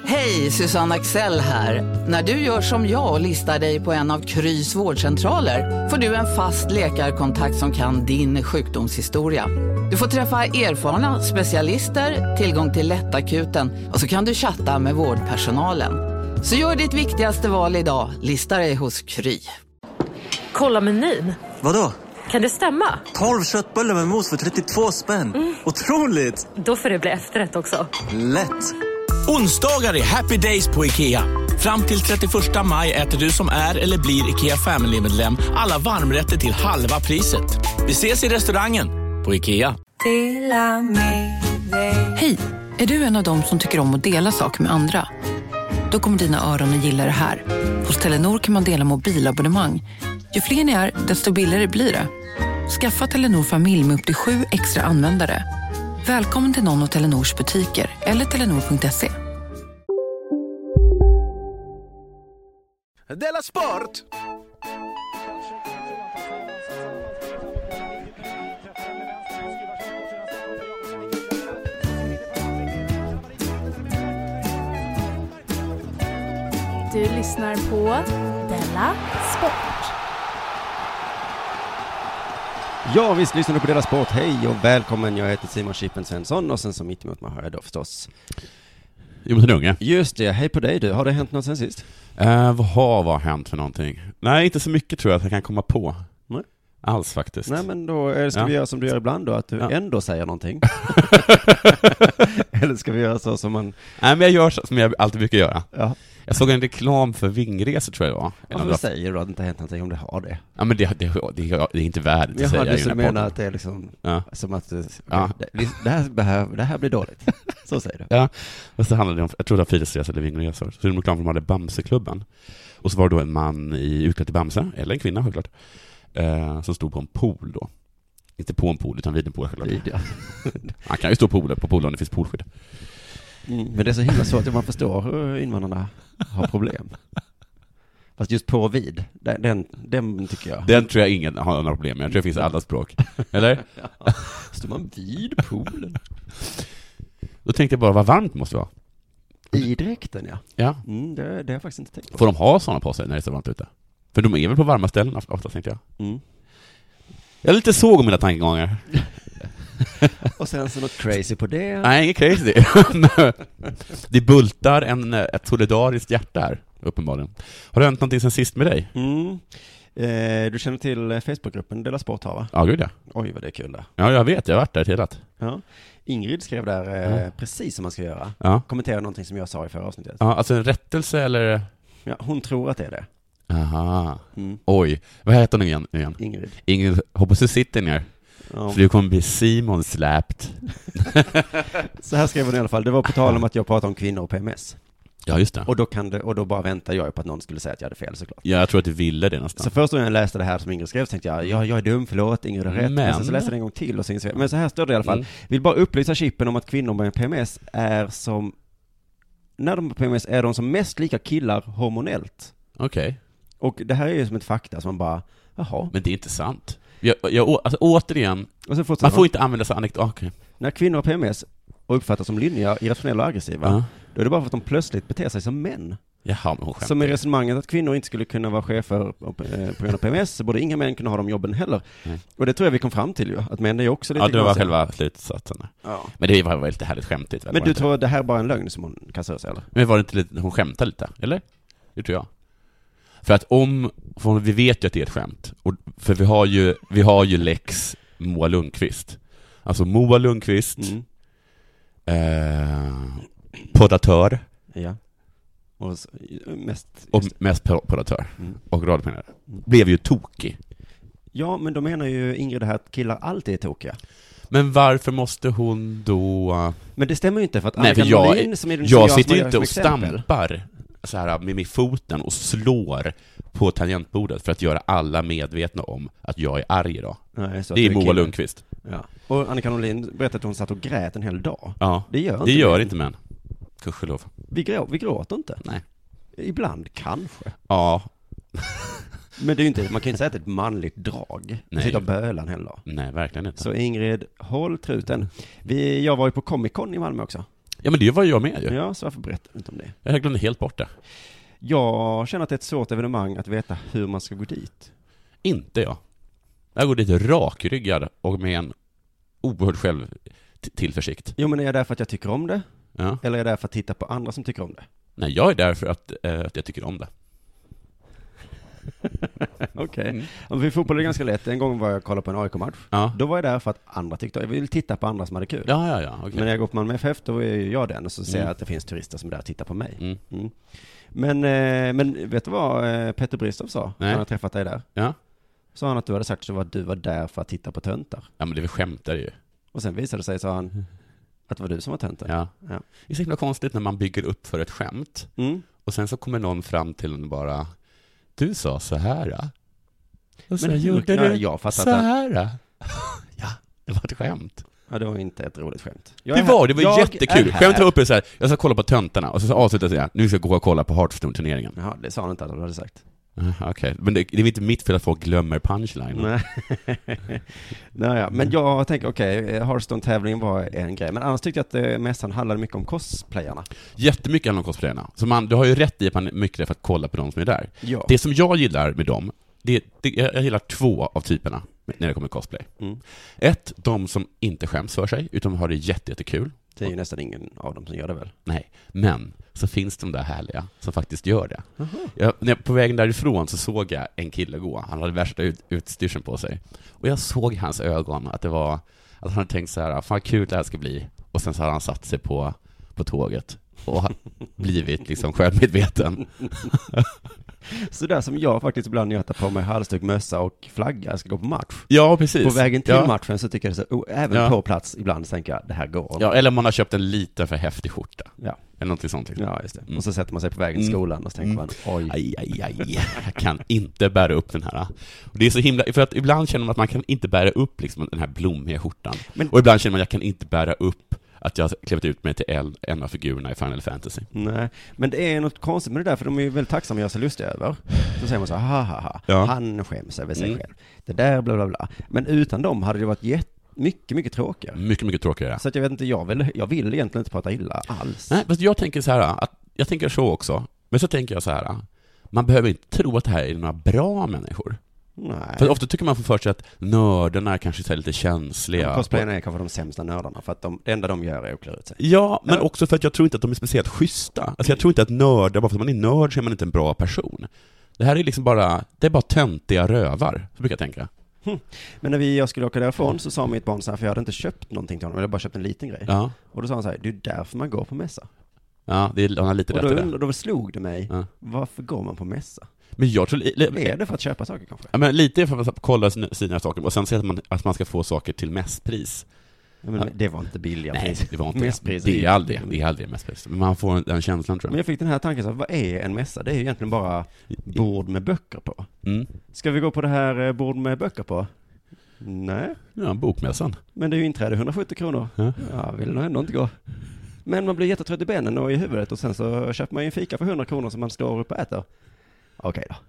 Hej, Susanne Axel här. När du gör som jag och listar dig på en av Krys vårdcentraler får du en fast läkarkontakt som kan din sjukdomshistoria. Du får träffa erfarna specialister, tillgång till lättakuten och så kan du chatta med vårdpersonalen. Så gör ditt viktigaste val idag, lista dig hos Kry. Kolla menyn. Vadå? Kan det stämma? 12 köttbullar med mos för 32 spänn. Otroligt! Då får det bli efterrätt också. Lätt! Onsdagar är happy days på IKEA. Fram till 31 maj äter du som är eller blir IKEA Family-medlem alla varmrätter till halva priset. Vi ses i restaurangen på IKEA. Hej, är du en av dem som tycker om att dela saker med andra? Då kommer dina öron att gilla det här. Hos Telenor kan man dela mobilabonnemang. Ju fler ni är, desto billigare blir det. Skaffa Telenor familj med upp till 7 extra användare. Välkommen till någon av Telenors butiker eller telenor.se. Della Sport! Du lyssnar på Della Sport. Ja, visst lyssnar du på Della Sport. Hej och välkommen. Jag heter Simon Chippen Svensson och sen som mitt emot mig har jag då förstås Jonas Unge. Just det, hej på dig du. Har det hänt något sen sist? Vad har hänt för någonting? Nej, inte så mycket tror jag att jag kan komma på. Nej. Alls faktiskt. Nej, men då ska vi göra som du gör ibland då, att du ändå säger någonting. Eller ska vi göra så som man... Nej, men jag gör så som jag alltid brukar göra. Ja. Jag såg en reklam för vingresor tror jag det var. Varför säger du att det inte har hänt någonting om det har det? Ja, men det är inte värdigt att säga. Jag hade menar att det är liksom som att det här blir dåligt. Så säger du. Ja, och så handlade det om, jag tror det var fritidsresor eller vingresor. Så det var reklam för de hade Bamseklubben. Och så var det då en man utklädd till Bamse, eller en kvinna självklart, som stod på en pool då. Inte på en pool utan vid en pool självklart. Man kan ju stå på pool om det finns poolskydd. Men det är så himla så att man förstår hur invandrarna har problem. Fast just på vid, den tycker jag. Den tror jag ingen har några problem med. Jag tror det finns alla språk. Eller? Ja. Står man vid poolen? Då tänkte jag bara vad varmt det måste vara. I dräkten, ja. Ja. Det har jag faktiskt inte tänkt på. Får de ha sådana på sig när det är så varmt ute? För de är väl på varma ställen ofta, tänkte jag. Jag är lite såg om mina tankegångar. Och sen så något crazy på det. Nej, inget crazy. Det bultar ett solidariskt hjärta här, uppenbarligen. Har det hänt någonting sen sist med dig? Du känner till Facebookgruppen Della Sport har, va? Ja, gud ja. Oj, vad det är kul där. Ja, jag vet. Jag har varit där till att. Ja. Ingrid skrev där precis som man ska göra. Ja. Kommentera någonting som jag sa i förra avsnittet. Ja, alltså en rättelse eller? Ja, hon tror att det är det. Aha. Oj, vad heter hon igen? Ingrid, hoppas du sitter ner. Ja. För du kommer bli Simon släppt. Så här skrev hon i alla fall. Det var på tal om att jag pratade om kvinnor och PMS. Ja, just det. Och då bara väntar jag på att någon skulle säga att jag hade fel, såklart. Ja, jag tror att du ville det nästan. Så först när jag läste det här som Ingrid skrev så tänkte jag är dum, förlåt, Ingrid har rätt. Men så läste jag det en gång till och sen så. Men så här står det i alla fall. Vill bara upplysa Chippen om att kvinnor med PMS är som... När de har PMS är de som mest lika killar hormonellt. Okej. Och det här är ju som ett fakta som man bara, jaha. Men det är inte sant. Alltså återigen, man får inte använda sig av anekdoter. Okay. När kvinnor har PMS och uppfattas som lynniga, irrationella och aggressiva, då är det bara för att de plötsligt beter sig som män. Jaha, men hon skämtar. Som i resonemanget att kvinnor inte skulle kunna vara chefer på grund av PMS, så borde inga män kunna ha de jobben heller. Och det tror jag vi kom fram till ju, att män är ju också lite... Ja, det var själva slutsatsen. Ja. Men det var lite härligt skämtigt. Men du tror att det här är bara en lögn som hon kastar sig, eller? Men var det inte lite, hon skämtar lite, eller? Det tror jag. För att för vi vet ju att det är ett skämt. För vi har ju Lex Moa Lundqvist. Alltså Moa Lundqvist, podatör. Ja. Och mest podatör. Och radiopenare. Blev ju tokig. Ja, men då menar ju Ingrid det här att killar alltid är tokiga. Men varför måste hon då... Men det stämmer ju inte för att Annika Norlin, som är den jag sitter ju inte och stampar så här med foten och slår på tangentbordet för att göra alla medvetna om att jag är arg idag. Nej, så det är Moa Lundqvist. Ja. Och Annika Norlin berättade att hon satt och grät en hel dag. Ja. Det gör inte män. Gudskelov. Vi gråter inte. Nej. Ibland kanske. Ja. Men det är ju inte, man kan inte säga att det är ett manligt drag. Nej. Sitta och böla en hel dag. Nej, verkligen inte. Så Ingrid, håll truten. Jag var ju på Comic Con i Malmö också. Ja, men det var jag med ju. Ja, så varför berättar du inte om det? Jag glömde helt bort det. Jag känner att det är ett svårt evenemang att veta hur man ska gå dit. Inte jag. Jag går dit rakryggad och med en oerhörd självtillförsikt. Jo, men är jag där för att jag tycker om det? Ja. Eller är jag där för att titta på andra som tycker om det? Nej, jag är där för att jag tycker om det. Okej. För fotboll är det ganska lätt. En gång var jag och kollade på en AIK-match. Ja. Då var jag där för att andra tyckte, jag vill titta på andra som hade kul. Ja. Okay. Men när jag går på Malmö FF, då är jag den och så ser jag att det finns turister som är där och tittar på mig. Men vet du vad Petter Bristov sa? Nej. Han har träffat dig där. Ja. Sa han att du hade sagt att du var där för att titta på töntar. Ja, men det är väl skämtar ju. Och sen visade det sig, sa han, att det var du som var tönten. Ja. Det är så himla konstigt när man bygger upp för ett skämt. Och sen så kommer någon fram till en bara, du sa så här. Och sen gjorde du så här. Ja, det var ett skämt. Ja, det var inte ett roligt skämt. Det var jättekul. Skämt var uppe så här, jag ska kolla på töntarna och så avslutar jag, nu ska jag gå och kolla på Hearthstone-turneringen. Ja, det sa han inte att du hade sagt. Okej, men det är inte mitt fel att folk glömmer punchline. Nej, men jag tänker, Hearthstone-tävlingen var en grej. Men annars tyckte jag att mässan handlade mycket om cosplayarna. Jättemycket handlar om cosplayarna. Så du har ju rätt i att man är mycket för att kolla på de som är där. Ja. Det som jag gillar med dem, jag gillar 2 av typerna när det kommer cosplay. 1, de som inte skäms för sig, utan har det jättekul. Det är ju nästan ingen av dem som gör det väl? Nej, men så finns de där härliga som faktiskt gör det. På vägen därifrån så såg jag en kille gå. Han hade värsta utstyrseln på sig. Och jag såg i hans ögon att han hade tänkt så här, fan vad kul det här ska bli. Och sen så hade han satt sig på tåget och blivit liksom självmedveten. Så där som jag faktiskt ibland gör, på mig halsduk, mössa och flagga, jag ska gå på match. Ja, precis. På vägen till matchen så tycker jag så, även på plats ibland så tänker jag, det här går. Ja, eller om man har köpt en liten för häftig skjorta. Ja. Eller någonting sånt. Liksom. Ja, just det. Och så sätter man sig på vägen till skolan och så tänker man, oj. Aj, jag kan inte bära upp den här. Och det är så himla, för att ibland känner man att man kan inte bära upp liksom den här blommiga skjortan. Och ibland känner man att jag kan inte bära upp att jag har klivit ut mig till en av figurerna i Final Fantasy. Nej, men det är något konstigt med det där, för de är ju väldigt tacksamma att göra sig lustiga över. Så säger man så här, han skäms över sig själv. Det där, bla bla bla. Men utan dem hade det varit mycket tråkigare. Mycket tråkigare. Så att jag vet inte, jag vill egentligen inte prata illa alls. Nej, men jag tänker så här, jag tänker så också. Men så tänker jag så här, man behöver inte tro att det här är några bra människor. Nej. För ofta tycker man för sig att nördarna är kanske så lite känsliga. Cosplayerna är kanske de sämsta nördarna, för att det enda de gör är att klä ut sig. Ja, men också för att jag tror inte att de är speciellt schyssta. Alltså jag tror inte att nördar, bara för att man är nörd så är man inte en bra person. Det här är liksom bara töntiga rövar, så brukar jag tänka. Men när jag skulle åka därifrån så sa mitt barn så här, för jag hade inte köpt någonting till honom, jag hade bara köpt en liten grej. Ja. Och då sa han så här, det är därför man går på mässa. Ja, han har lite rätt i det. Och då slog det mig, varför går man på mässa? Men jag tror är det för att köpa saker kanske? Ja, men lite för att kolla sina saker och sen säger att man ska få saker till mässpris. Ja, men det var inte billiga pris. Nej, det var inte mässpris. Det är aldrig mässpris. Men man får den känslan, tror jag. Men jag fick den här tanken så, vad är en mässa? Det är ju egentligen bara bord med böcker på. Ska vi gå på det här bord med böcker på? Nej. Ja, bokmässan. Men det är ju inträde 170 kronor. Ja, vill nog ändå inte gå. Men man blir jättetrött i benen och i huvudet och sen så köper man ju en fika för 100 kronor som man står upp och äter. Okej då.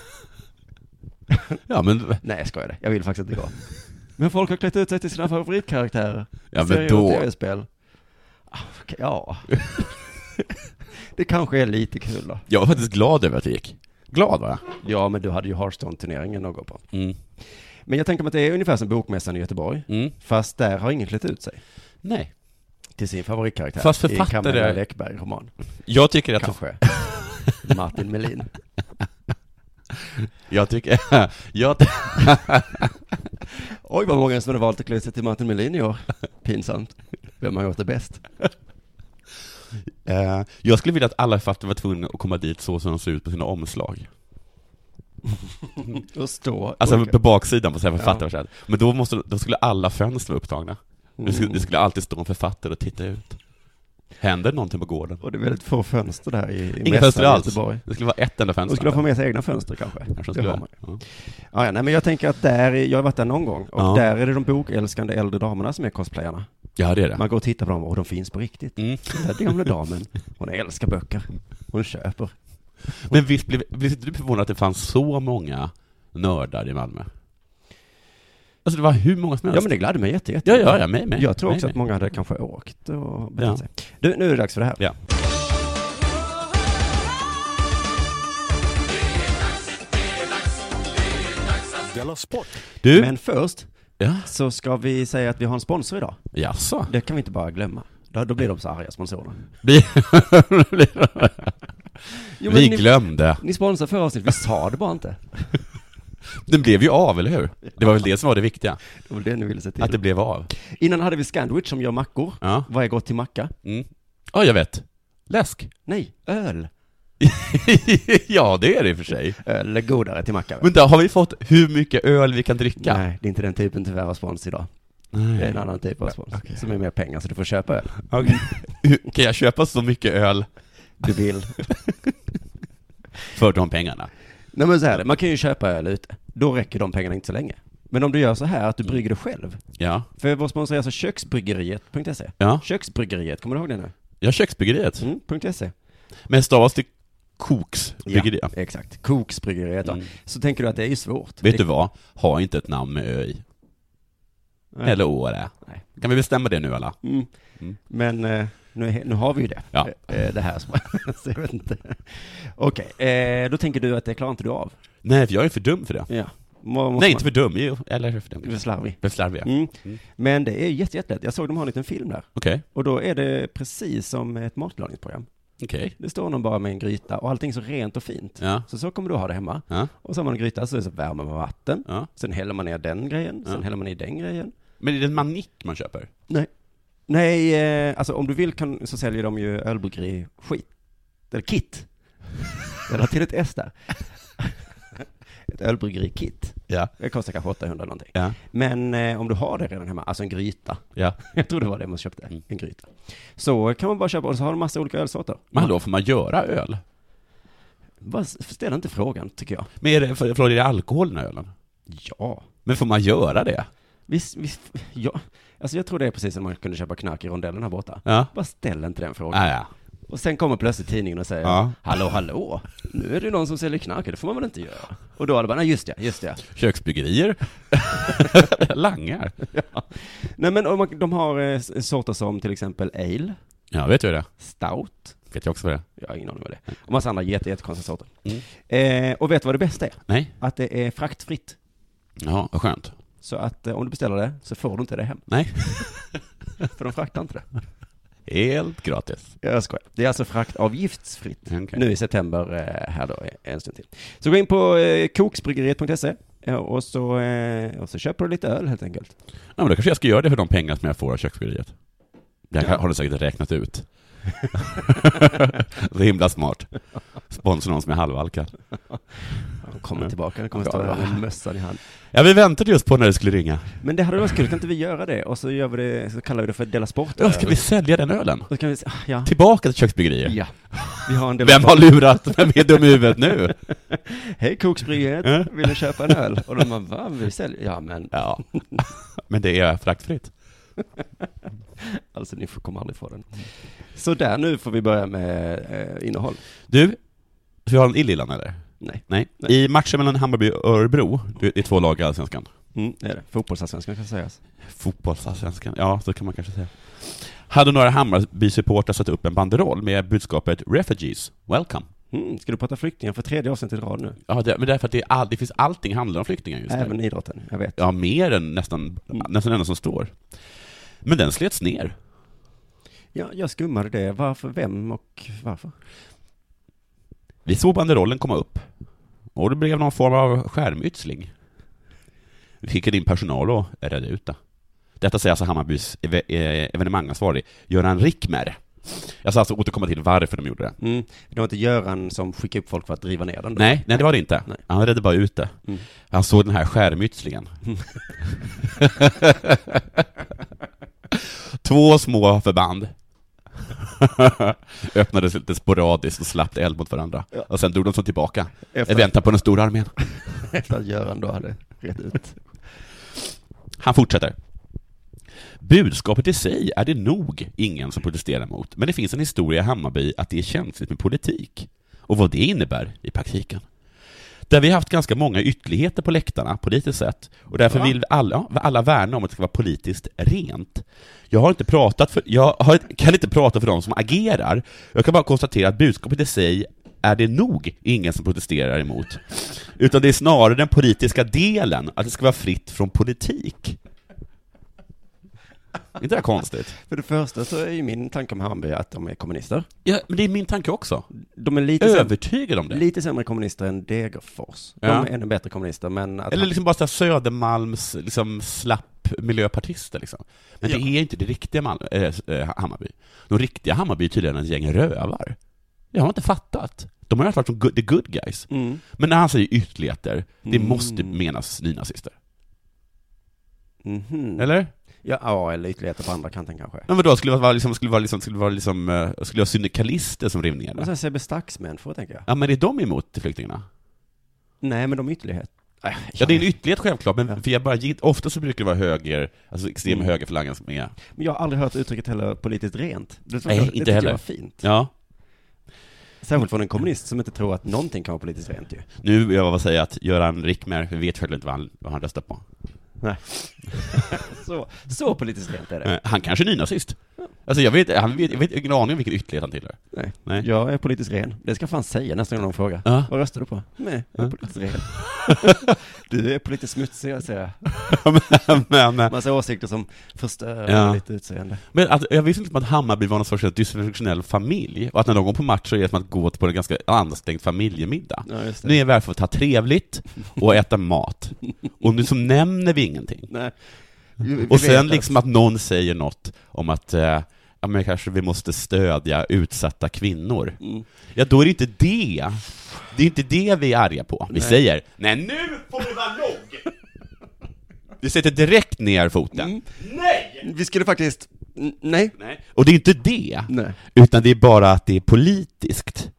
Ja, men... Nej, jag skojar det. Jag vill faktiskt inte gå. Men folk har klätt ut sig till sina favoritkaraktärer. Ja, men då... TV-spel. Okej, ja. Det kanske är lite kul då. Jag var faktiskt glad över att det gick. Glad, va? Ja, men du hade ju Hearthstone-turneringen att gå på. Men jag tänker mig att det är ungefär som bokmässan i Göteborg. Fast där har ingen klätt ut sig. Nej. Till sin favoritkaraktär. Fast författare... I Camilla Läckberg-roman. Jag tycker att... Kanske. Martin Melin. Jag tycker... Oj, vad många som hade valt att klä sig till Martin Melin i år. Pinsamt. Vem har gjort det bäst? Jag skulle vilja att alla författare var tvungna att komma dit så som de ser ut på sina omslag. Och stå. Alltså på baksidan på författare. Men då skulle alla fönster vara upptagna. Det skulle alltid stå en författare och titta ut. Händer någonting på gården? Och det är väldigt få fönster där i inga fönster alls. Göteborg. Det skulle vara ett enda fönster. Och skulle få med sig egna fönster kanske. Ja. Nej, men jag tänker att jag har varit där någon gång. Och där är det de bokälskande äldre damerna som är cosplayarna. Ja, det är det. Man går och tittar på dem och de finns på riktigt. Den där gamla damen, hon älskar böcker. Hon köper. Men visst blev du förvånad att det fanns så många nördar i Malmö? Alltså det var hur många som helst. Ja, men det gladde mig jätte. Ja, mig. Jag tror också att många hade kanske åkt och betett sig. Du, nu är det dags för det här. Ja. Du? Men först så ska vi säga att vi har en sponsor idag. Jaså? Det kan vi inte bara glömma. Då blir de så arga, sponsorerna. Vi glömde. Ni sponsrar förra avsnitt, vi sa det bara inte. Den blev ju av, eller hur? Det var väl det som var det viktiga. Det var det ni ville se till. Att det blev av. Innan hade vi Scandwich som gör mackor. Ja. Vad är gott till macka? Ja, jag vet. Läsk. Nej, öl. Ja, det är det i och för sig. Öl är godare till macka. Men då har vi fått hur mycket öl vi kan dricka? Nej, det är inte den typen tyvärr av spons idag. Nej. Det är en annan typ av spons som är mer pengar, så du får köpa öl. Okay. Kan jag köpa så mycket öl du vill för de pengarna? Nej, men så här, man kan ju köpa öl ute. Då räcker de pengarna inte så länge. Men om du gör så här att du brygger det själv. Ja. För vår sponsor är alltså köksbryggeriet.se. Ja. Köksbryggeriet, kommer du ihåg det nu? Ja, köksbryggeriet. .se. Men stavas det Koksbryggeriet? Ja, exakt. Koksbryggeriet då. Så tänker du att det är ju svårt. Vet du vad? Ha inte ett namn med ö i. Nej. Eller å det. Nej. Kan vi bestämma det nu alla? Men nu har vi ju det. Ja. Det här så jag vet inte. Okej, då tänker du att det klarar inte du av? Nej, för jag är för dum för det. Ja. Nej, inte för dum. Jo, eller för dum. För slarvig. För slarvig, Men det är jättelätt. Jag såg dem ha en liten film där. Okej. Och då är det precis som ett matlagningsprogram. Okej. Det står någon bara med en gryta och allting så rent och fint. Ja. Så kommer du ha det hemma. Ja. Och så har man en gryta, så värmer man vatten. Ja. Sen häller man ner den grejen. Sen häller man i den grejen. Men är det en manick man köper? Nej, alltså om du vill så säljer de ju ölbryggeri skit. Eller kit. Eller till ett S där. Ett ölbryggeri-kit. Ja. Det kostar kanske 800 någonting. Ja. Men om du har det redan hemma, alltså en gryta. Ja. Jag tror det var det man köpte, en gryta. Så kan man bara köpa, och så har de massa olika ölsorter. Men då får man göra öl? Bara ställ inte frågan, tycker jag. Men är det alkohol i ölen? Ja. Men får man göra det? Visst, ja. Alltså jag tror det är precis som man kunde köpa knark i rondellen här borta. Ja. Bara ställ inte den frågan. Ja. Och sen kommer plötsligt tidningen och säger hallå, nu är det någon som säljer knark, det får man väl inte göra. Och då är det bara, nej just det. Köksbryggerier. Langar. Ja. Nej, men de har sorter som till exempel ale. Ja, vet du vad det är? Stout. Vet jag också vad det är? Jag har ingen aning vad det är. Och massa andra jättekonstiga sorter. Och vet du vad det bästa är? Nej. Att det är fraktfritt. Ja, vad skönt. Så att om du beställer det så får du inte det hem. Nej. För de fraktar inte det. Helt gratis. Jag skojar. Det är alltså fraktavgiftsfritt. Okay. Nu i september här då, en stund till. Så gå in på koksbryggeriet.se och så köper du lite öl helt enkelt. Ja, men då kanske jag ska göra det för de pengar som jag får av köksbryggeriet. Det har du säkert räknat ut. Så himla smart. Sponsor någon som är halvalkad. Han kommer tillbaka, han kommer stå där med mössan i hand. Ja, vi väntade just på när det skulle ringa. Men det hade varit kul, kan inte vi göra det? Och så gör vi det, så kallar vi det för Dela Sport. Ja, ska vi sälja den ölen? Så kan vi, ja. Tillbaka till köksbryggeriet. Ja. Vi har en Vem har lurat? Vem är dum i huvudet nu? Hej Koksbryggeriet, vill du köpa en öl? Och de bara, va? Vi säljer? Ja, men... Ja. Men det är fraktfritt. Alltså, ni kommer aldrig få den. Så där, nu får vi börja med innehåll. Du, vi har en Illillan eller? Nej. I matchen mellan Hammarby och Örebro, det är 2 lag i Allsvenskan. Det är det. Fotbollsallsvenskan kan sägas. Fotbollsallsvenskan, ja, så kan man kanske säga. Hade några Hammarby-supportrar satt upp en banderoll med budskapet Refugees, welcome. Ska du prata flyktingar för 3:e avsnittet i rad nu? Ja, men därför att det finns allting handlar om flyktingar just även där. Idrotten, jag vet. Ja, mer än nästan enda som står. Men den slets ner. Ja, jag skummade det. Varför, vem och varför? Vi såg banderollen komma upp. Och det blev någon form av skärmytsling. Vi skickade in personal och räddade ut det. Detta säger alltså Hammarbys evenemangansvarig Göran Rickmer. Jag ska alltså återkomma till varför de gjorde det. Det var inte Göran som skickade upp folk för att driva ner den då? Nej, det var det inte. Nej. Han räddade bara ut det. Han såg den här skärmytslingen. 2 små förband öppnades lite sporadiskt och släppte eld mot varandra. Ja. Och sen drog de så tillbaka. Väntar på den stora armén. Efter att Göran då hade rätt ut. Han fortsätter. Budskapet i sig är det nog ingen som protesterar mot. Men det finns en historia i Hammarby att det är känsligt med politik. Och vad det innebär i praktiken. Där vi har haft ganska många ytterligheter på läktarna politiskt sett. Och därför vill alla värna om att det ska vara politiskt rent. Jag kan inte prata för dem som agerar. Jag kan bara konstatera att budskapet i sig är det nog ingen som protesterar emot. Utan det är snarare den politiska delen, att det ska vara fritt från politik. Inte det konstigt? För det första så är ju min tanke om Hammarby att de är kommunister. Ja, men det är min tanke också. De är lite övertygade om det. Lite sämre kommunister än Degerfors. De är ännu bättre kommunister, men eller liksom bara så Södermalms liksom slapp miljöpartister liksom. Men det är inte det riktiga Hammarby. De riktiga Hammarby är tydligen en gäng rövar. Jag har inte fattat. De har ju varit som the good guys. Men när han säger ytterligheter, det måste menas nynazister. Eller? Ja, eller ytterligheter på andra kanten kanske. Men vadå, skulle det vara syndikalister som rev ner det? Och sen Sebbe Staxmänniskor, tänker jag. Ja, men är de emot flyktingarna? Nej, men de är ytterlighet. Ja, det är en ytterlighet självklart, men för ofta så brukar det vara höger, alltså extrem högerfalangen som är. Men jag har aldrig hört uttrycket heller politiskt rent. Nej, inte heller. Det var fint. Ja. Särskilt från en kommunist som inte tror att någonting kan vara politiskt rent ju. Nu vill jag bara säga att Göran Rickmer, vi vet själv inte vad han röstar på. Nej. så politiskt rent är det. Han kanske är nynazist. Alltså jag vet ingen aning om vilken ytterlighet han tillhör. Nej. Jag är politiskt ren. Det ska fan säga nästa gång någon frågar. Vad röstar du på? Nej, jag är politiskt ren. Du är politiskt smutsig, jag säger. Men massa åsikter som förstör lite utseende. Men jag visste inte att Hammarby var någon sorts dysfunktionell familj. Och att när de går på match så är det som att gå på en ganska ansträngd familjemiddag. Nu är vi för att ta trevligt och äta mat. Och nu så nämner vi ingenting. Nej. Och sen liksom att någon säger något om att men kanske vi måste stödja utsatta kvinnor. Ja, då är det inte det. Det är inte det vi är arga på. Vi säger, nej nu får vi vara låg. Vi sätter direkt ner foten. Nej! Vi skulle faktiskt, nej. Och det är inte det. Nej. Utan det är bara att det är politiskt.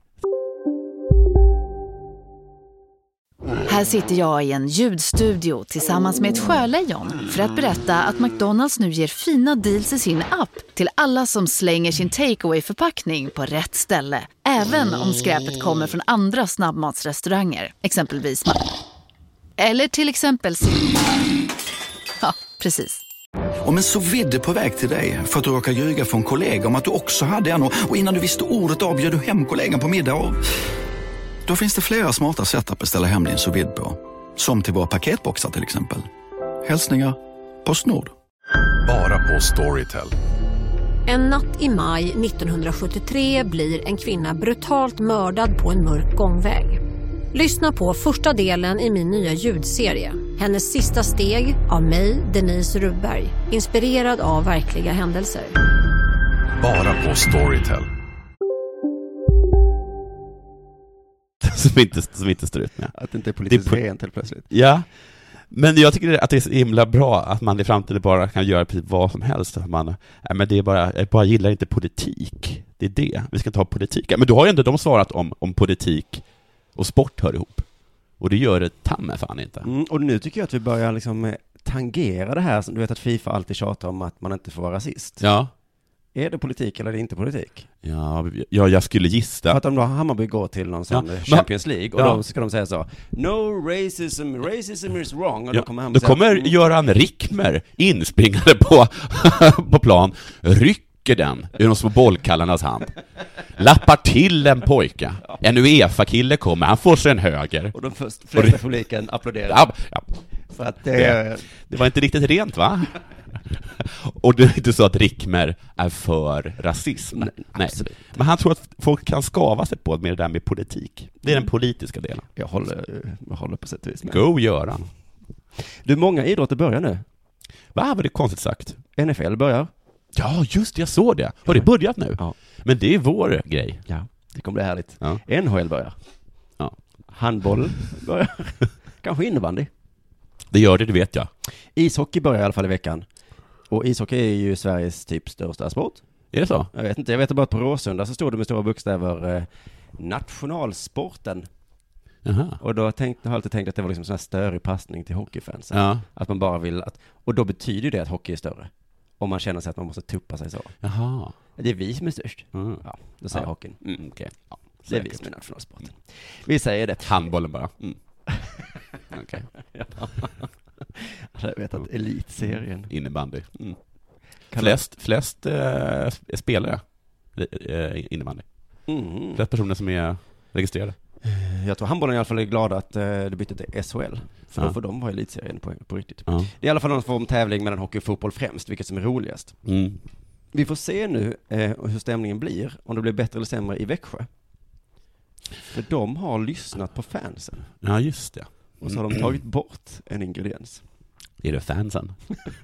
Här sitter jag i en ljudstudio tillsammans med ett sjölejon för att berätta att McDonalds nu ger fina deals i sin app till alla som slänger sin takeaway-förpackning på rätt ställe. Även om skräpet kommer från andra snabbmatsrestauranger, exempelvis. Eller till exempel... Ja, precis. Om en så vidde på väg till dig för att du råkar ljuga för en kollega om att du också hade en och innan du visste ordet av bjöd du hem kollegan på middag och... Då finns det flera smarta sätt att beställa hem din sous vide på. Som till våra paketboxar till exempel. Hälsningar Postnord. Bara på Storytel. En natt i maj 1973 blir en kvinna brutalt mördad på en mörk gångväg. Lyssna på första delen i min nya ljudserie. Hennes sista steg av mig, Denise Rubberg. Inspirerad av verkliga händelser. Bara på Storytel. Som inte står ut med. Att det inte är politiskt rent helt plötsligt. Ja, men jag tycker att det är så himla bra att man i framtiden bara kan göra precis vad som helst. Men det är bara, jag bara gillar inte politik. Det är det. Vi ska inte ha politik. Men då har ju ändå de svarat om politik och sport hör ihop. Och det gör det tamme fan inte. Och nu tycker jag att vi börjar liksom tangera det här. Du vet att FIFA alltid tjatar om att man inte får vara rasist. Ja. Är det politik eller är det inte politik? Ja, jag skulle gissa. För att om då Hammarby går till någon sån Champions League och då ska de säga så: no racism is wrong. Och då kommer Göran Rickmer inspringande på plan, rycker den ur de små bollkallarnas hand, lappar till en pojke. En UEFA-kille kommer, han får sig en höger. Och de flesta publiken applåderar. Ja. För att det var inte riktigt rent, va? Och det är inte så att Rickmer är för rasism. Nej. Men han tror att folk kan skava sig på med det där med politik. Det är den politiska delen. Jag håller på sätt och vis med. Go Göran. Du, många idrotter börjar nu. Va, var det konstigt sagt? NFL börjar. Ja, just det, jag såg det. Har det börjat nu? Ja. Men det är vår grej. Ja, det kommer bli härligt. Ja. NHL börjar. Ja. Handboll börjar. Kanske innebandy. Det gör det vet jag. Ishockey börjar i alla fall i veckan. Och ishockey är ju Sveriges typ största sport. Är det så? Jag vet inte, jag vet bara att på Råsunda så stod det med stora bokstäver nationalsporten. Aha. Och då har jag alltid tänkt att det var liksom en sån här störig passning till hockeyfansen. Ja. Att man bara vill att, och då betyder det att hockey är större. Om man känner sig att man måste tuppa sig så. Jaha. Det är vi som är störst. Ja, då säger hockeyn. Okay. Ja, det är vi som är nationalsporten. Vi säger det. Handbollen bara. Okej. Ja. Jag vet att elitserien. Innebandy. Mm. Flest spelare innebandy. Flest personer som är registrerade. Jag tror handbollen i alla fall är glada att det bytte till SHL. För då får de vara elitserien på riktigt. Det är i alla fall någon form tävling mellan hockey och fotboll främst, vilket som är roligast. Vi får se nu hur stämningen blir, om det blir bättre eller sämre i Växjö. För de har lyssnat på fansen. Ja, just det. Och så har de tagit bort en ingrediens. Är det fansen?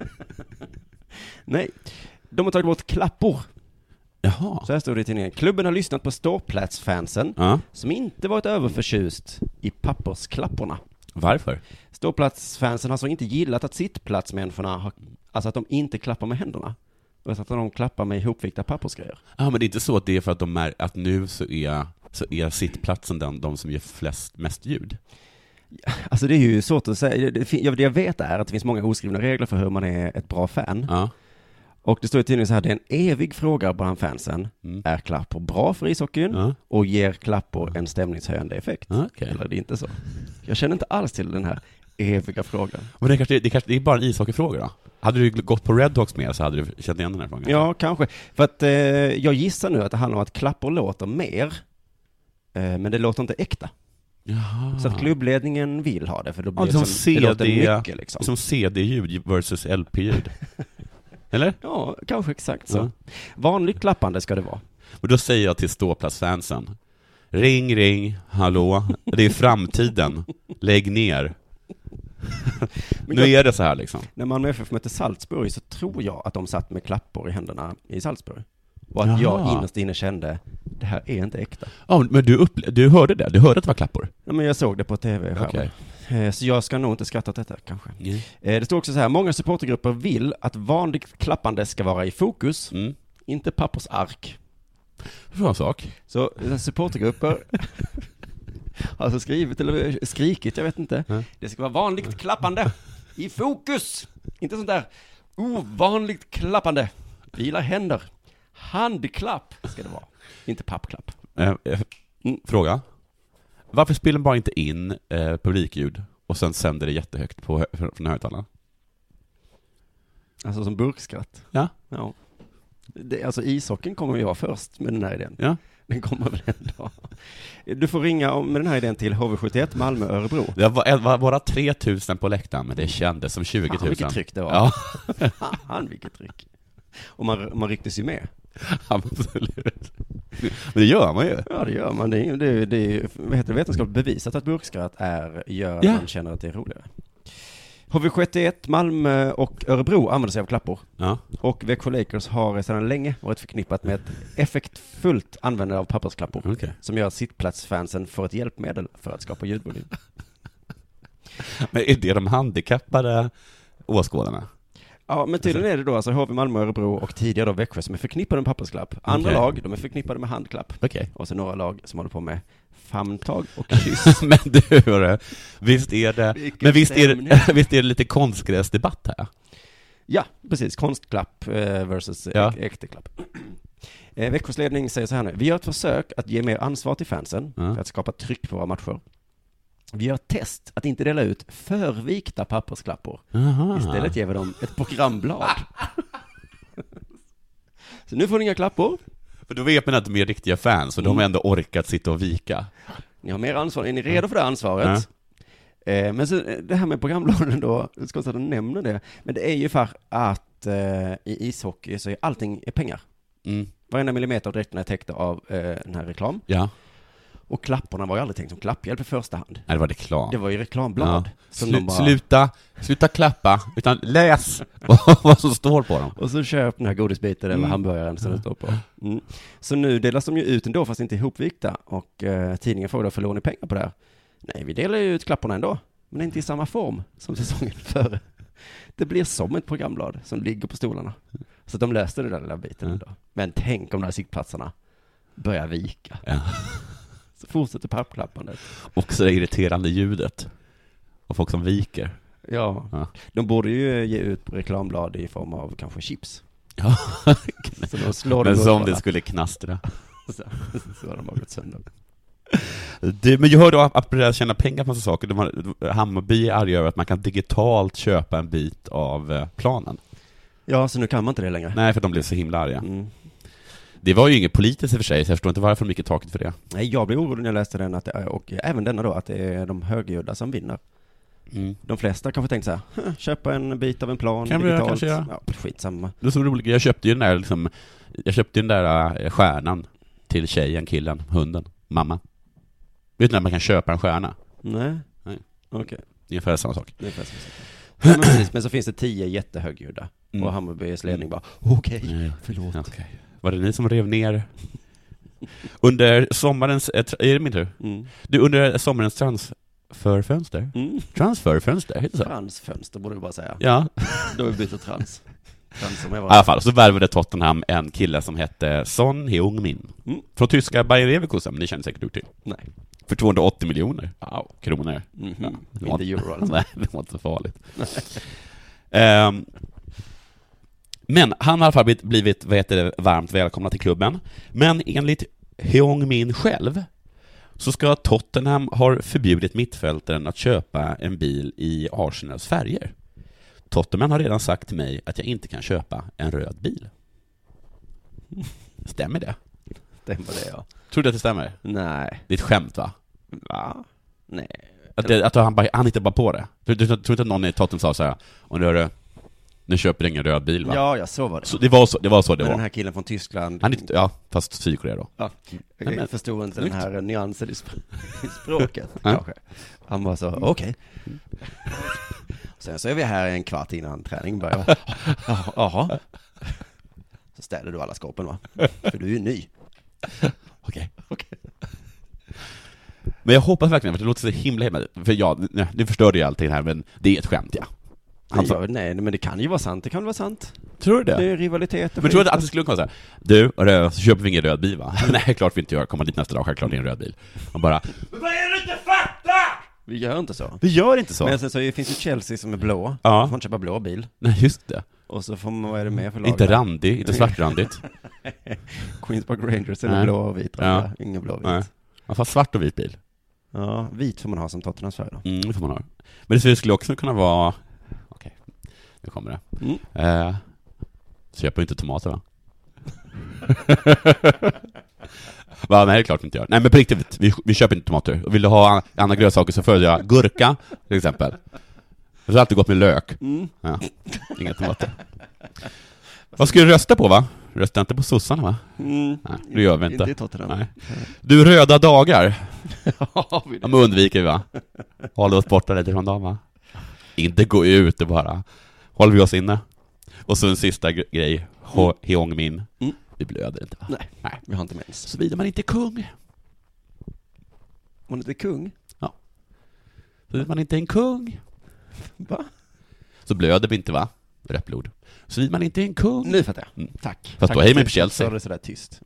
Nej, de har tagit bort klappor. Jaha. Så här står det i tidningen. Klubben har lyssnat på ståplatsfansen som inte varit överförtjust i pappersklapporna. Varför? Ståplatsfansen har så inte gillat att sittplatsmänniskorna har, alltså att de inte klappar med händerna. Och att de klappar med ihopvikta pappersgrejer. Ja, men det är inte så att det är för att de är att nu så är sittplatsen de som ger mest ljud. Alltså det är ju svårt att säga. Det jag vet är att det finns många oskrivna regler för hur man är ett bra fan. Ja. Och det står i tidningen så här, det är en evig fråga bland fansen. Är klappor bra för ishockeyn? Och ger klappor en stämningshöjande effekt? Okay. Eller är det inte så? Jag känner inte alls till den här eviga frågan. Men det är bara en ishockeyfråga då? Hade du gått på Red Hawks med så hade du känt igen den här frågan? Ja, kanske. För att jag gissar nu att det handlar om att klappor låter mer. Men det låter inte äkta. Jaha. Så att klubbledningen vill ha det. För då blir det låter mycket liksom. Som CD-ljud versus LP-ljud. Eller? Ja, kanske exakt så. Vanligt klappande ska det vara. Och då säger jag till ståplatsfansen: ring, hallå, det är framtiden, lägg ner. Nu är det så här liksom. När Malmö FF mötte Salzburg så tror jag att de satt med klappor i händerna i Salzburg. Och att jag innerst inne kände, det här är inte äkta. Ja, men du hörde det? Du hörde att det var klappor? Ja, men jag såg det på tv. Okay. Så jag ska nog inte skratta åt detta kanske. Det står också så här, många supportergrupper vill att vanligt klappande ska vara i fokus, inte pappersark. Bra sak. Så supportergrupper har alltså skrivit eller skrikit, jag vet inte. Det ska vara vanligt klappande i fokus. Inte sånt där ovanligt klappande. Vila händer. Handklapp ska det vara. Inte pappklapp. Fråga. Varför spelar man bara inte in publikljud och sen sänder det jättehögt från högtalarna? Alltså som burkskratt. Ja. Alltså ishockeyn kommer ju vara först med den här idén. Ja. Den kommer väl ändå. Du får ringa med den här idén till HV71 Malmö Örebro. Det var bara 3000 på läktaren, men det kändes som 20 000. Vilket tryck det var. Ja. Vilket tryck. Och man rycktes ju med. Absolut. Men det gör man ju. Ja, det gör man. Det är vad heter det, vetenskapligt bevisat att burkskratt gör att man känner att det är roligare. HV71, Malmö och Örebro använder sig av klappor. Ja. Och Växjö Lakers har sedan länge varit förknippat med ett effektfullt användande av pappersklappor. Okay. Som gör att sittplatsfansen får ett hjälpmedel för att skapa ljudvolym. Men är det de handikappade åskådarna? Ja, men tydligen är det då alltså HV, Malmö, Örebro och tidigare då Växjö som är förknippade med pappersklapp. Andra lag, de är förknippade med handklapp. Okay. Och så några lag som håller på med famntag och kyss. Men du, visst är det lite konstgräsdebatt här? Ja, precis. Konstklapp versus äkteklapp. Växjös ledning säger så här nu. Vi gör ett försök att ge mer ansvar till fansen för att skapa tryck på våra matcher. Vi gör ett test att inte dela ut förvikta pappersklappor. Aha. Istället ger vi dem ett programblad. Så nu får ni inga klappor. För då vet man att de är riktiga fans och de har ändå orkat sitta och vika. Ni har mer ansvar. Är ni redo för det ansvaret? Men så, det här med programbladen då, jag ska säga att de nämner det. Men det är ju för att i ishockey så är allting pengar. Varenda millimeter av dräkterna är täckta av den här reklam. Ja. Och klapporna var ju aldrig tänkt som klapphjälp i första hand. Nej, det var reklam. Det var ju reklamblad. Som sluta klappa, utan läs vad som står på dem. Och så köp den här godisbiten eller hamburgaren som det står på. Så nu delas de ju ut ändå fast inte ihopvikta. Och tidningen får då förlåna ni pengar på det här. Nej, vi delar ju ut klapporna ändå. Men inte i samma form som säsongen före. Det blir som ett programblad som ligger på stolarna. Så de löste det där lilla biten ändå. Men tänk om de här sittplatserna börjar vika. Ja. Så fortsätter pappklappandet. Och så det irriterande ljudet. Och folk som viker. Ja. De borde ju ge ut reklamblad i form av kanske chips. Ja. Så de slår men som det skulle knastra. så har de bara gått sönder. Men jag hörde att börja tjäna pengar på massa saker. Hammarby är arga över att man kan digitalt köpa en bit av planen. Ja, så nu kan man inte det längre. Nej, för de blev så himla arga. Det var ju inget politiskt i och för sig, så jag förstår inte varför de gick i taket för det. Nej, jag blev orolig när jag läste den, och även denna då, att det är de högljudda som vinner. De flesta kanske tänkte så här, köpa en bit av en plan kan digitalt. Kanske, ja. Ja, skitsamma. Det är så roligt. Jag köpte ju den där stjärnan till tjejen, killen, hunden, mamma. Vet du när man kan köpa en stjärna? Nej. Okej. Ungefär samma sak. Men så finns det 10 jättehögljudda. Och Hammarbys ledning bara, okej, förlåt. Okay. Var det ni som rev ner? Under sommarens... Är det min tur? Du, under sommarens transferfönster? Transferfönster, heter det så? Transfönster borde du bara säga. Ja. Då har vi bytt trans. I alla fall, så värvade Tottenham en kille som hette Son Heung-min. Från tyska Bayer Leverkusen, ni känner säkert till. Nej. För 280 miljoner kronor. Ja, inte euro alltså. Nej, det var inte så farligt. Men han har i alla fall blivit varmt välkomna till klubben. Men enligt Heung-min själv så ska Tottenham ha förbjudit mittfältaren att köpa en bil i Arsenals färger. Tottenham har redan sagt till mig att jag inte kan köpa en röd bil. Stämmer det? Stämmer det, ja. Tror du att det stämmer? Nej. Det är ett skämt, va? Va? Nej. Att han inte bara på det. Du tror inte att någon i Tottenham sa så här, om du nu köper du ingen röd bil, va? Ja, så var det. Så det var så det var. Den här killen från Tyskland. Ja, fast Sydkorea då. Ja. Jag förstod inte den här nyansen i språket, kanske. Han var så, okej. Sen så är vi här en kvart innan träning börjar. Jaha. Så ställer du alla skåpen, va? För du är ju ny. Okej. Men jag hoppas verkligen, för det låter så himla. För det förstörde ju allting här, men det är ett skämt, ja. Nej, men det kan ju vara sant. Det kan vara sant. Tror du det? Det är rivalitet. Men tror du att det skulle kunna säga, du, så köper vi ingen röd bil, va? Nej, klart vi inte gör. Komma dit nästa dag, självklart det är en röd bil. Man bara, men vad är det inte fattar? Vi gör inte så. Men sen så finns ju Chelsea som är blå. Ja. Man får köpa blå bil. Nej, just det. Och så får man, vad är det med för lag? Inte randig, inte svartrandigt. Queens Park Rangers är blå och vit. Ja. Ingen blå och vit. Nej. Man får svart och vit bil. Ja, vit får man ha som Tottenhams färg då. Det får man ha. Men det skulle också kunna vara... Okej, nu kommer det. Så köper inte tomater, va? Va, nej, det är klart inte gör. Nej, men på riktigt, vi köper inte tomater. Och vill du ha andra grönsaker så föredrar jag gurka, till exempel. Jag har alltid gått med lök. Ja, inga tomater. Vad ska du rösta på, va? Rösta inte på sossarna, va? Nej, det gör vi inte. Nej. Du, röda dagar. De undviker vi, va? Håller oss borta lite från dem, va? Inte gå ut och bara håller vi oss inne. Och så en sista grej. Heung-min. Vi blöder inte, va? Nej, vi har inte mens. Såvida man inte är kung. Man inte är kung? Ja. Såvida man inte är en kung. Va? Så blöder vi inte, va? Räppblod. Såvida man inte är en kung. Nu fattar jag. Tack. Fast då är man på Chelsea. Så är det sådär tyst.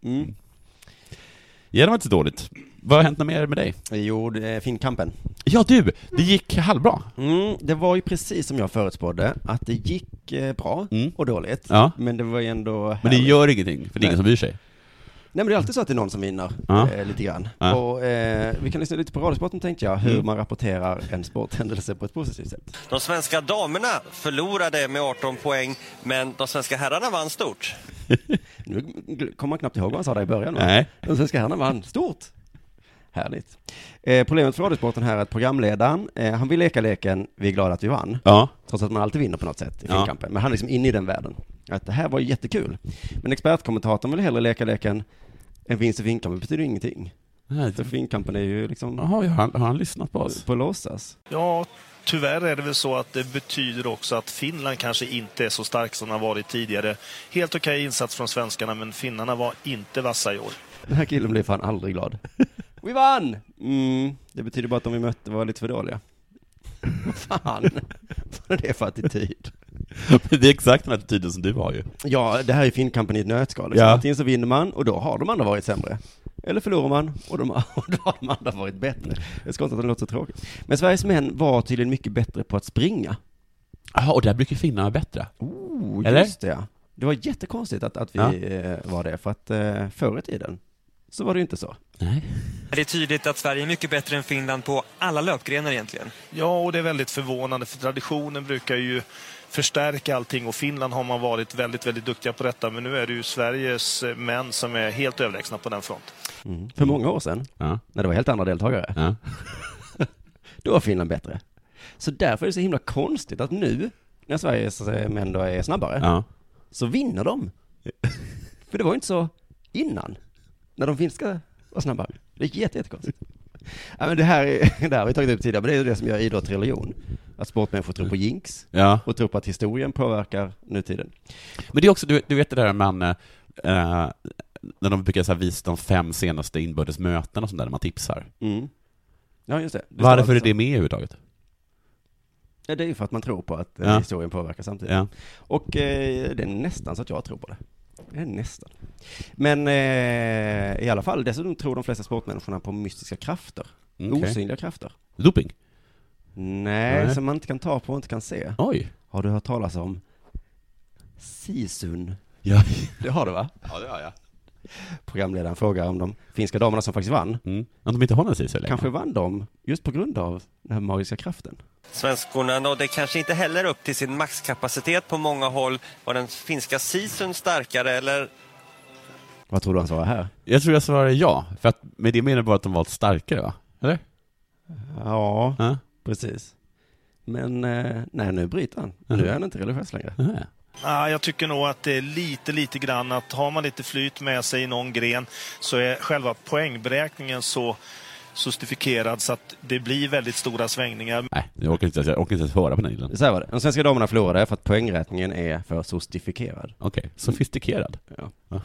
Ja, det var inte så dåligt. Vad har hänt något mer med dig? Jo, det är Finnkampen. Ja, du, det gick halvbra. Det var ju precis som jag förutspådde, att det gick bra och dåligt. Ja. Men det var ju ändå härligt. Men det gör ingenting, för det är ingen som bryr sig. Nej, men det är alltid så att det är någon som vinner lite grann. Ja. Och vi kan lyssna lite på Radiosporten, tänkte jag, hur man rapporterar en sporthändelse på ett positivt sätt. De svenska damerna förlorade med 18 poäng, men de svenska herrarna vann stort. Nu kommer man knappt ihåg vad han sa där i början. Va? Nej. De svenska herrarna vann stort. Härligt. Problemet för Radiosporten här är att programledaren, han vill leka leken, vi är glada att vi vann. Ja. Trots att man alltid vinner på något sätt i Finnkampen. Men han är liksom inne i den världen. Att det här var jättekul. Men expertkommentatorn vill hellre leka leken, en vinst i Finnkampen betyder ingenting. Nej, för Finnkampen är ju liksom... Jaha, har han lyssnat på oss? På låtsas. Ja, tyvärr är det väl så att det betyder också att Finland kanske inte är så stark som den har varit tidigare. Helt okej insats från svenskarna, men finnarna var inte vassa i år. Den här killen blev fan aldrig glad. Vi vann! Det betyder bara att de vi mötte var lite för dåliga. Vad fan? Vad är det för attityd? Det är exakt den attityden som du har ju. Ja, det här är Finnkampen i ett nötskal. Liksom. Ja. Antingen så vinner man och då har de andra varit sämre. Eller förlorar man och då har de andra varit bättre. Jag ska inte att det låter så tråkigt. Men Sveriges män var tydligen mycket bättre på att springa. Jaha, och där brukar finnarna vara bättre. Eller? Just det, ja. Det var jättekonstigt att vi var det. För att förr i tiden så var det ju inte så. Nej. Det är tydligt att Sverige är mycket bättre än Finland på alla löpgrenar egentligen. Ja, och det är väldigt förvånande för traditionen brukar ju förstärka allting och Finland har man varit väldigt, väldigt duktiga på detta. Men nu är det ju Sveriges män som är helt överlägsna på den fronten. För många år sedan, när det var helt andra deltagare, då var Finland bättre. Så därför är det så himla konstigt att nu, när Sveriges män då är snabbare, så vinner de. För det var ju inte så innan, när de finska var snabbare. Det är jättekonstigt. Ja, men det här har vi tagit upp tidigare, men det är ju det som gör idrott till religion. Att sportmänniskor tror på jinx och tror på att historien påverkar nutiden. Men det är också, du vet det där man när de brukar så här visa de 5 senaste inbördes mötena och sånt där man tipsar. Ja, just det. Varför är det med överhuvudtaget? Ja, det är ju för att man tror på att historien påverkar samtidigt. Ja. Och det är nästan så att jag tror på det. Det är nästan. Men i alla fall, dessutom tror de flesta sportmänniskorna på mystiska krafter. Osynliga krafter. Doping? Nej, som man inte kan ta på och inte kan se. Oj. Har du hört talas om Sisun? Ja. Det har du, va? Ja, det har jag. Programledaren frågar om de finska damerna som faktiskt vann. Om de inte har någon Sisun längre. Kanske vann de just på grund av den här magiska kraften. Svenskorna nådde kanske inte heller upp till sin maxkapacitet på många håll. Var den finska Sisun starkare eller? Vad tror du han svarar här? Jag tror jag svarar ja. För att med det menar bara att de var starkare, va? Eller? Ja, precis. Men nej, nu bryter han. Nu är han inte religiös längre. Jag tycker nog att det är lite grann att har man lite flyt med sig i någon gren så är själva poängberäkningen så sostifikerad så att det blir väldigt stora svängningar. Nej, jag orkar inte ens höra på den illen. Så här var det. De svenska damerna förlorade för att poängräkningen är för sostifikerad. Okej, sofistikerad. Ja.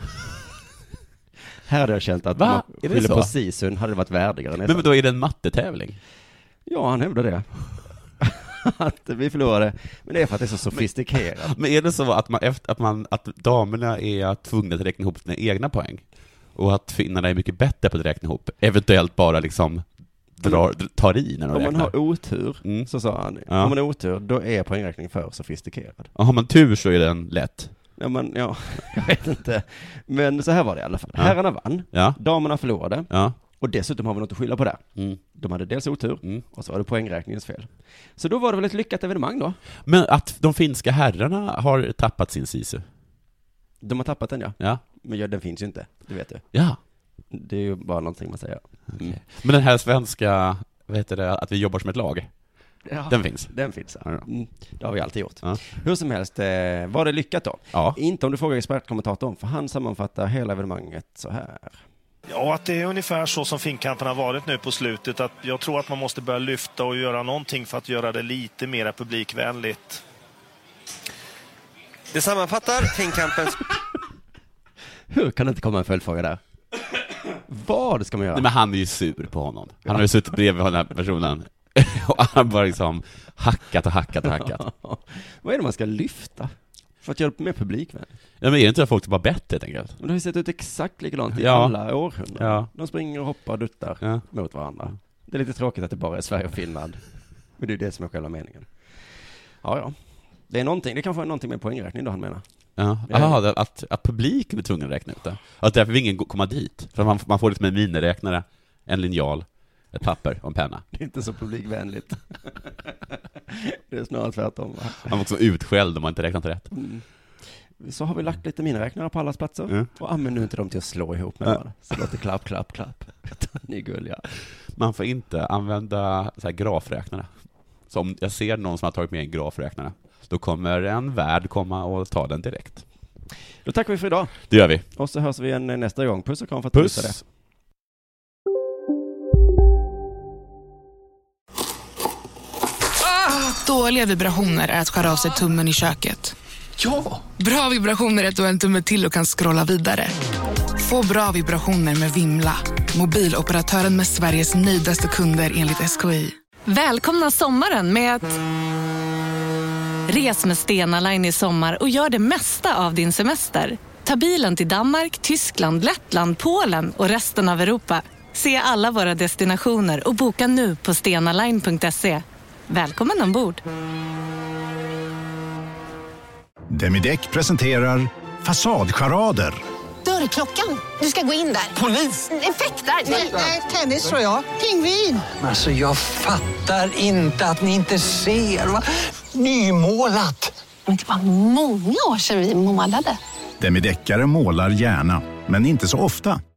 Här hade jag känt att man skyller på Sisun hade det varit värdigare. Men då är det en mattetävling? Ja, han hävdar det. Att vi förlorade, men det är för att det är så sofistikerat. Men är det så att damerna är tvungna att räkna ihop sina egna poäng och att kvinnorna är mycket bättre på att räkna ihop, eventuellt bara liksom tar i när de räknar? Om man har otur, så sa han, om man har otur, då är poängräkningen för sofistikerad. Och har man tur så är den lätt. Ja, jag vet inte. Men så här var det i alla fall. Herrarna vann, damerna förlorade. Och dessutom har vi något att skylla på där. De hade dels otur och så var det poängräkningens fel. Så då var det väl ett lyckat evenemang då. Men att de finska herrarna har tappat sin Sisu? De har tappat den, ja. Men den finns ju inte, det vet du. Ja. Det är ju bara någonting man säger. Okay. Men den här svenska, vad heter det, att vi jobbar som ett lag? Ja, den finns. Den finns, ja. Det har vi alltid gjort. Hur som helst, var det lyckat då? Ja. Inte om du frågar expertkommentatorn, för han sammanfattar hela evenemanget så här. Ja, att det är ungefär så som finkampen har varit nu på slutet. Att jag tror att man måste börja lyfta och göra någonting för att göra det lite mer publikvänligt. Det sammanfattar finkampens... Hur kan det inte komma en följdfråga där? Vad ska man göra? Nej, men han är ju sur på honom. Han har ju suttit bredvid den här personen och han bara liksom hackat. Vad är det man ska lyfta? För att göra det mer publikvänligt. Ja, men är det inte att folk bara bättre, helt enkelt? Men det har ju sett ut exakt likadant i alla århundraden. Ja. De springer och hoppar och duttar mot varandra. Det är lite tråkigt att det bara är Sverige och Finland. Men det är det som är själva meningen. Ja. Det är någonting, det kanske är någonting med poängräkning då han menar. Ja, att publiken är tvungen att räkna ut det. Att därför vill ingen komma dit. För man får liksom en miniräknare, en linjal, ett papper och en penna. Det är inte så publikvänligt. Det är snarare tvärtom. Man var också utskälld om man inte räknat rätt. Så har vi lagt lite miniräknare på allas platser. Och använder nu inte dem till att slå ihop med varandra. Så låter klapp. Ni är gulliga. Man får inte använda så här grafräknare. Så om jag ser någon som har tagit med en grafräknare, då kommer en värd komma och ta den direkt. Då tackar vi för idag. Det gör vi. Och så hörs vi igen nästa gång. Puss och kram för att du lyssnade. Dåliga vibrationer är att skära av sig tummen i köket. Ja! Bra vibrationer är att du har en tumme till och kan scrolla vidare. Få bra vibrationer med Vimla. Mobiloperatören med Sveriges nöjdaste kunder enligt SKI. Välkomna sommaren med att... Res med Stena Line i sommar och gör det mesta av din semester. Ta bilen till Danmark, Tyskland, Lettland, Polen och resten av Europa. Se alla våra destinationer och boka nu på stenaline.se. Välkommen ombord. Demideck presenterar Fasadcharader. Dörrklockan. Du ska gå in där. Polis? Effektar? Nej, tennis tror jag. Pingvin. Alltså jag fattar inte att ni inte ser. Va? Nymålat. Men det var många år sedan vi målade. Demi Deckare målar gärna, men inte så ofta.